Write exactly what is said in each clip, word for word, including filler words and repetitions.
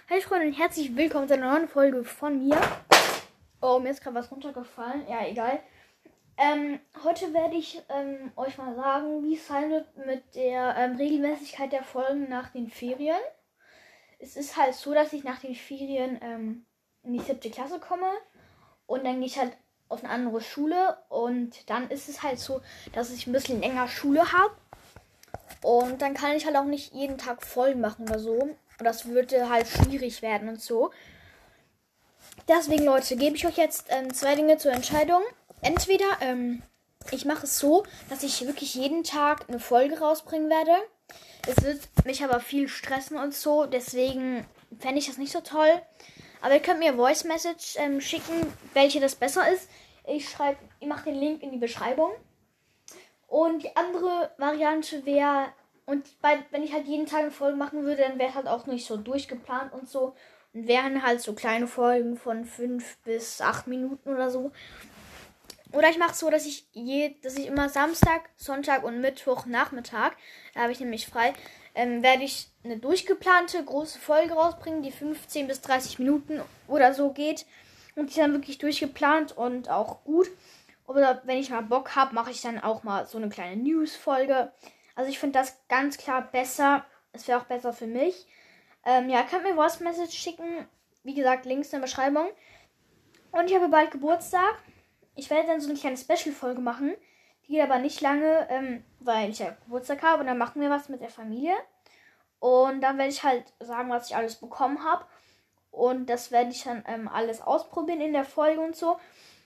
Hi Freunde und herzlich willkommen zu einer neuen Folge von mir. Oh, mir ist gerade was runtergefallen. Ja, egal. Ähm, heute werde ich ähm, euch mal sagen, wie es sein wird mit der ähm, Regelmäßigkeit der Folgen nach den Ferien. Es ist halt so, dass ich nach den Ferien ähm, in die siebte Klasse komme und dann gehe ich halt auf eine andere Schule und dann ist es halt so, dass ich ein bisschen länger Schule habe. Und dann kann ich halt auch nicht jeden Tag Folgen machen oder so. Und das würde halt schwierig werden und so. Deswegen, Leute, gebe ich euch jetzt ähm, zwei Dinge zur Entscheidung. Entweder ähm, ich mache es so, dass ich wirklich jeden Tag eine Folge rausbringen werde. Es wird mich aber viel stressen und so. Deswegen fände ich das nicht so toll. Aber ihr könnt mir Voice Message ähm, schicken, welche das besser ist. Ich schreibe, ich mache den Link in die Beschreibung. Und die andere Variante wäre, und bei, wenn ich halt jeden Tag eine Folge machen würde, dann wäre es halt auch nicht so durchgeplant und so. Und wären halt so kleine Folgen von fünf bis acht Minuten oder so. Oder ich mache es so, dass ich, je, dass ich immer Samstag, Sonntag und Mittwoch Nachmittag, da habe ich nämlich frei, ähm, werde ich eine durchgeplante große Folge rausbringen, die fünfzehn bis dreißig Minuten oder so geht. Und die ist dann wirklich durchgeplant und auch gut. Oder wenn ich mal Bock habe, mache ich dann auch mal so eine kleine News-Folge. Also ich finde das ganz klar besser. Es wäre auch besser für mich. Ähm, ja, könnt mir Voice Message schicken. Wie gesagt, Links in der Beschreibung. Und ich habe bald Geburtstag. Ich werde dann so eine kleine Special-Folge machen. Die geht aber nicht lange, ähm, weil ich ja Geburtstag habe. Und dann machen wir was mit der Familie. Und dann werde ich halt sagen, was ich alles bekommen habe. Und das werde ich dann ähm, alles ausprobieren in der Folge und so.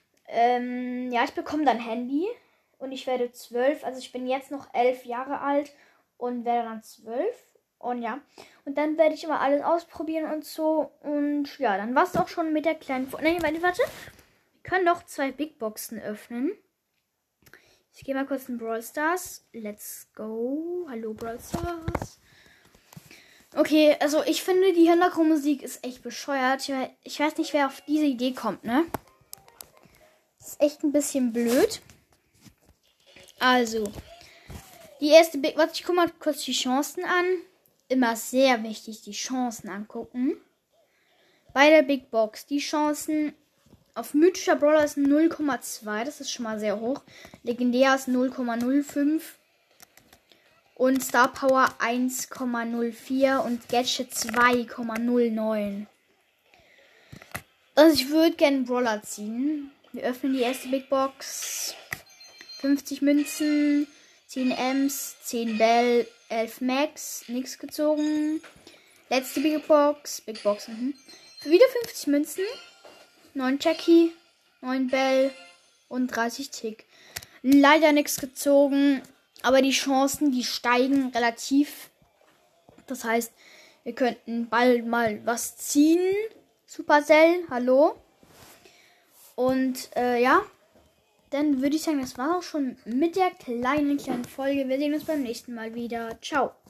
Ähm, ja, ich bekomme dann Handy und ich werde zwölf, also ich bin jetzt noch elf Jahre alt und werde dann zwölf und ja, und dann werde ich immer alles ausprobieren und so und ja, dann war es auch schon mit der kleinen Folge. Nein, warte, warte, wir können doch zwei Big Boxen öffnen. Ich gehe mal kurz in Brawl Stars, let's go, hallo Brawl Stars. Okay, also ich finde, die Hintergrundmusik ist echt bescheuert, ich weiß nicht, wer auf diese Idee kommt, ne? Das ist echt ein bisschen blöd. Also, die erste Big... Warte, ich gucke mal kurz die Chancen an. Immer sehr wichtig, die Chancen angucken. Bei der Big Box. Die Chancen auf mythischer Brawler ist null Komma zwei. Das ist schon mal sehr hoch. Legendär ist null Komma null fünf. Und Star Power eins Komma null vier. Und Gadget zwei Komma null neun. Also ich würde gerne einen Brawler ziehen. Wir öffnen die erste Big Box. fünfzig Münzen, zehn Ems, zehn Bell, elf Max, nichts gezogen. Letzte Big Box, Big Box, mhm. Für wieder fünfzig Münzen, neun Jackie, neun Bell und dreißig Tick. Leider nichts gezogen, aber die Chancen, die steigen relativ. Das heißt, wir könnten bald mal was ziehen. Supercell, hallo. Und äh, ja, dann würde ich sagen, das war auch schon mit der kleinen, kleinen Folge. Wir sehen uns beim nächsten Mal wieder. Ciao.